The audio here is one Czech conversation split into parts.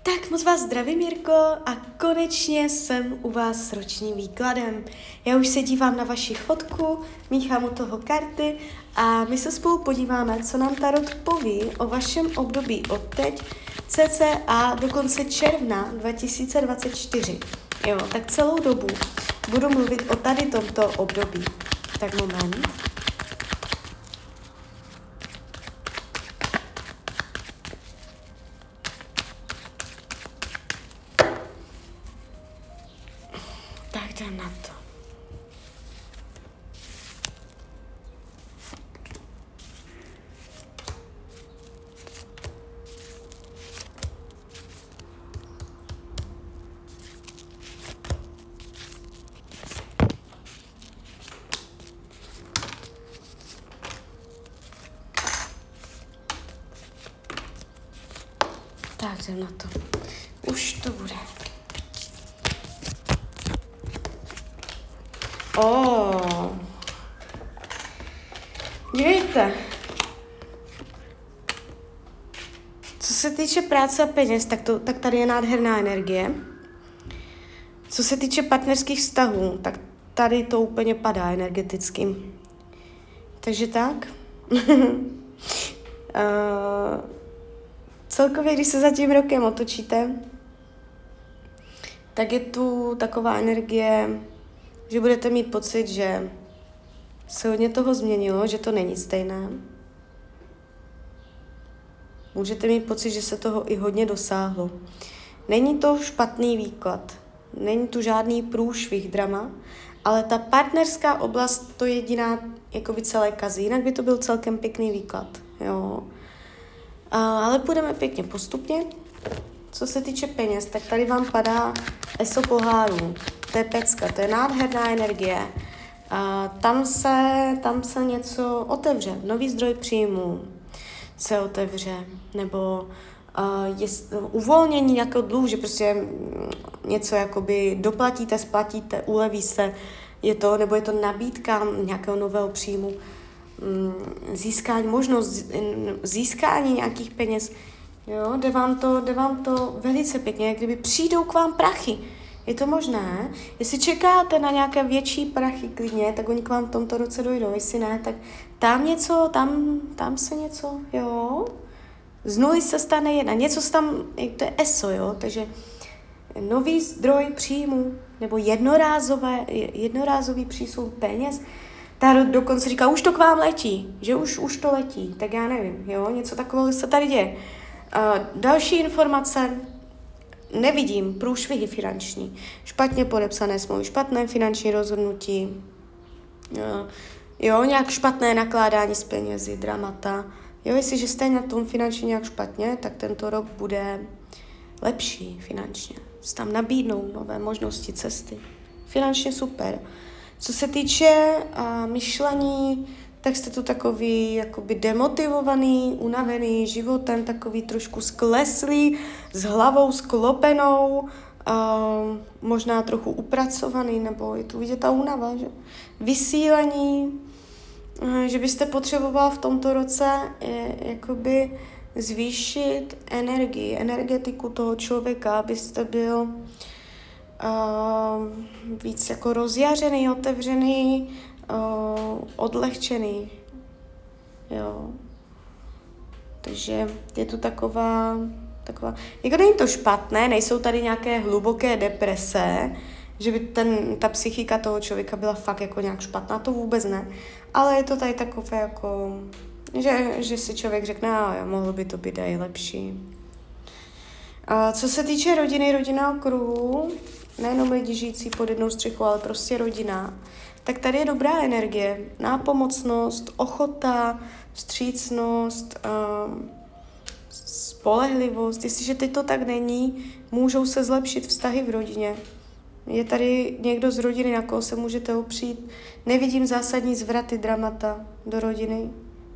Tak moc vás zdravím, Jirko, a konečně jsem u vás s ročním výkladem. Já už se dívám na vaši fotku, míchám u toho karty a my se spolu podíváme, co nám Tarot poví o vašem období od teď cca do konce června 2024. Jo, tak celou dobu budu mluvit o tady tomto období. Tak moment. Tak jdem na to. Tak jdem na to. Už to bude. Dívejte. Co se týče práce a peněz, tak tady je nádherná energie. Co se týče partnerských vztahů, tak tady to úplně padá energeticky. Takže tak. Celkově, když se za tím rokem otočíte, tak je tu taková energie, že budete mít pocit, že se hodně toho změnilo, že to není stejné. Můžete mít pocit, že se toho i hodně dosáhlo. Není to špatný výklad, není tu žádný průšvih, drama, ale ta partnerská oblast to jediná jakoby celé kazí, jinak by to byl celkem pěkný výklad. Jo. Ale půjdeme pěkně postupně. Co se týče peněz, tak tady vám padá eso pohárů. To je pecka, to je nádherná energie. Tam se něco otevře, nový zdroj příjmů se otevře, nebo je uvolnění nějakého dluhu, že prostě něco jakoby doplatíte, splatíte, uleví se, je to, nebo je to nabídka nějakého nového příjmu, možnost získání nějakých peněz. Jo, jde vám to velice pěkně, jak kdyby přijdou k vám prachy. Je to možné? Jestli čekáte na nějaké větší prachy klidně, tak oni k vám v tomto roce dojdou. Jestli ne, tak tam se něco, jo. Z nuly se stane jedna. Něco se tam, to je eso, jo. Takže nový zdroj příjmu, nebo jednorázový přísun peněz. Tarot dokonce říká, už to k vám letí, že už to letí. Tak já nevím, jo. Něco takového se tady děje. Další informace. Nevidím průšvihy finanční, špatně podepsané smlouvy, špatné finanční rozhodnutí, jo, nějak špatné nakládání s penězi, dramata. Jo, jestliže jste na tom finančně nějak špatně, tak tento rok bude lepší finančně. Se tam nabídnou nové možnosti cesty. Finančně super. Co se týče myšlení, tak jste tu takový jakoby demotivovaný, unavený životem, takový trošku skleslý, s hlavou sklopenou, možná trochu upracovaný, nebo je tu vidět ta únava, že? Vysílení, že byste potřeboval v tomto roce jakoby zvýšit energetiku toho člověka, abyste byl víc jako rozjařený, otevřený, odlehčený, jo. Takže je tu taková, jako není to špatné, nejsou tady nějaké hluboké deprese, že by ta psychika toho člověka byla fakt jako nějak špatná, to vůbec ne, ale je to tady takové jako, že si člověk řekne, mohlo by to být i lepší. Co se týče rodinného kruhu, nejenom lidi žijící pod jednou střechou, ale prostě rodina, tak tady je dobrá energie, nápomocnost, ochota, vstřícnost, spolehlivost. Jestliže teď to tak není, můžou se zlepšit vztahy v rodině. Je tady někdo z rodiny, na koho se můžete opřít. Nevidím zásadní zvraty, dramata do rodiny.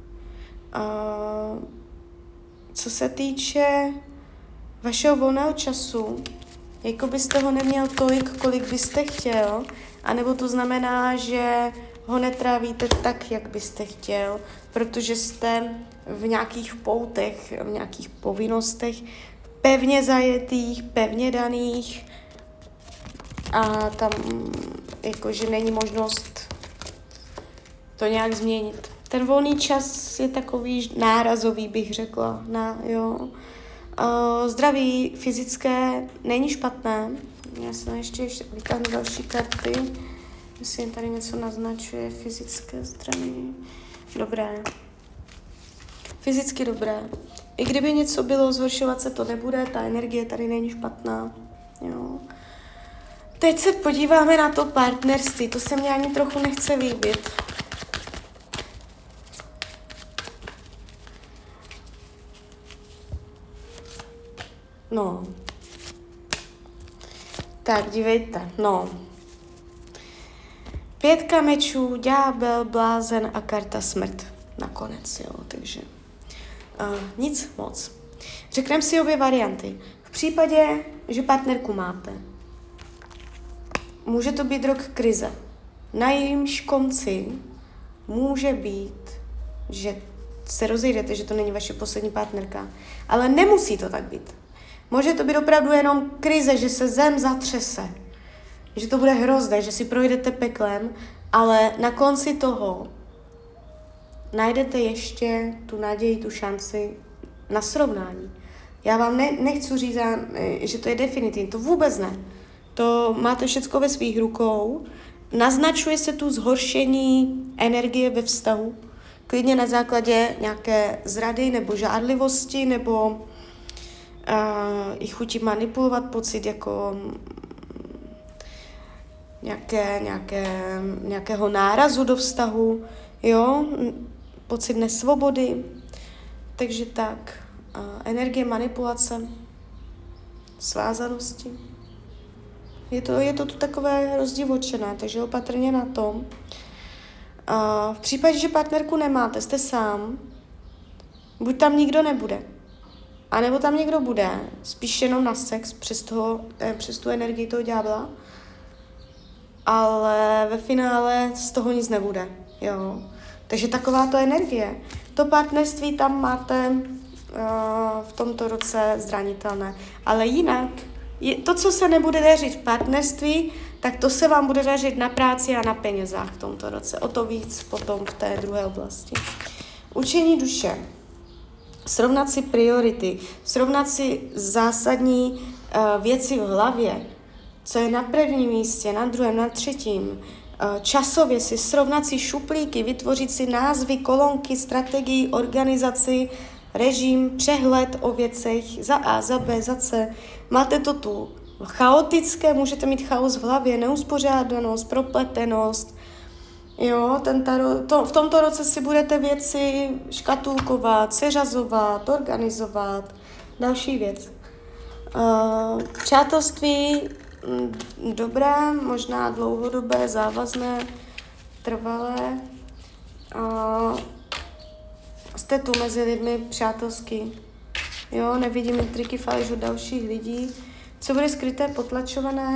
Co se týče vašeho volného času, jako byste ho neměl tolik, kolik byste chtěl, anebo to znamená, že ho netrávíte tak, jak byste chtěl, protože jste v nějakých poutech, v nějakých povinnostech, pevně zajetých, pevně daných a tam jakože není možnost to nějak změnit. Ten volný čas je takový nárazový, bych řekla. Zdraví fyzické není špatné. Já jsem ještě vytáhnu další karty. Myslím, tady něco naznačuje. Fyzické zdraví. Dobré. Fyzicky dobré. I kdyby něco bylo, zhoršovat se to nebude, ta energie tady není špatná. Jo. Teď se podíváme na to partnerství. To se mě ani trochu nechce líbit. No. Tak, dívejte. No. 5 mečů, ďábel, blázen a karta smrt. Nakonec, jo, takže nic moc. Řekneme si obě varianty. V případě, že partnerku máte, může to být rok krize. Na jejímž konci může být, že se rozejdete, že to není vaše poslední partnerka. Ale nemusí to tak být. Může to být opravdu jenom krize, že se zem zatřese. Že to bude hrozné, že si projdete peklem, ale na konci toho najdete ještě tu naději, tu šanci na srovnání. Já vám nechci říct, že to je definitivní, to vůbec ne. To máte všecko ve svých rukou. Naznačuje se tu zhoršení energie ve vztahu, klidně na základě nějaké zrady nebo žádlivosti nebo i chutí manipulovat, pocit jako nějakého nárazu do vztahu, jo, pocit nesvobody, takže tak, energie manipulace, svázanosti. Je to tu takové rozdivočené, takže opatrně na tom. V případě, že partnerku nemáte, jste sám, buď tam nikdo nebude, anebo tam někdo bude, spíš jenom na sex přes tu energii toho ďábla, ale ve finále z toho nic nebude, jo. Takže taková to energie. To partnerství tam máte v tomto roce zranitelné. Ale jinak, to, co se nebude dařit v partnerství, tak to se vám bude dařit na práci a na penězách v tomto roce. O to víc potom v té druhé oblasti. Učení duše. Srovnat si priority. Srovnat si zásadní věci v hlavě. Co je na prvním místě, na druhém, na třetím. Časově si srovnat si šuplíky, vytvořit si názvy, kolonky, strategii, organizaci, režim, přehled o věcech za A, za B, za C. Máte to tu chaotické, můžete mít chaos v hlavě, neuspořádanost, propletenost. Jo, v tomto roce si budete věci škatulkovat, seřazovat, organizovat. Další věc. Přátelství dobré, možná dlouhodobé, závazné, trvalé. Jste tu mezi lidmi přátelsky. Jo, nevidím intriky, faleš od dalších lidí. Co bude skryté, potlačované,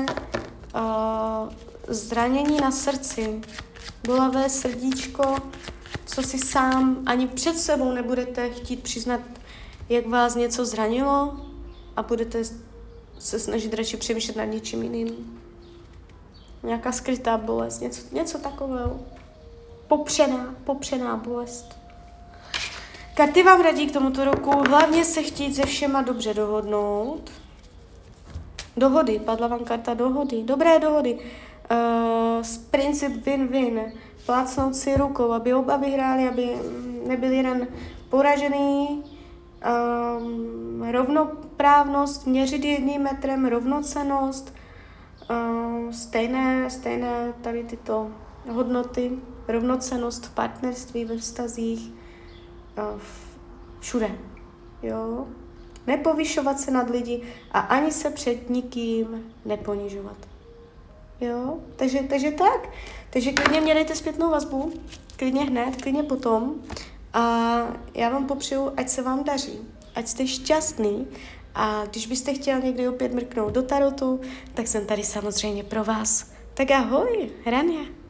zranění na srdci, bolavé srdíčko, co si sám ani před sebou nebudete chtít přiznat, jak vás něco zranilo a budete se snažit radši přemýšlet nad něčím jiným. Nějaká skrytá bolest, něco takového. Popřená bolest. Karty vám radí k tomuto roku hlavně se chtít se všema dobře dohodnout. Dohody, padla vám karta dohody, dobré dohody. Princip win-win, plácnout si rukou, aby oba vyhráli, aby nebyl jeden poražený. Rovnoprávnost, měřit jedním metrem, rovnocennost, stejné tady tyto hodnoty, rovnocennost v partnerství, ve vztazích, všude, jo. Nepovyšovat se nad lidi a ani se před nikým neponižovat, jo. Takže tak, takže klidně mě dejte zpětnou vazbu, klidně hned, klidně potom a já vám popřeju, ať se vám daří, ať jste šťastný a když byste chtěl někdy opět mrknout do tarotu, tak jsem tady samozřejmě pro vás. Tak ahoj, Rania.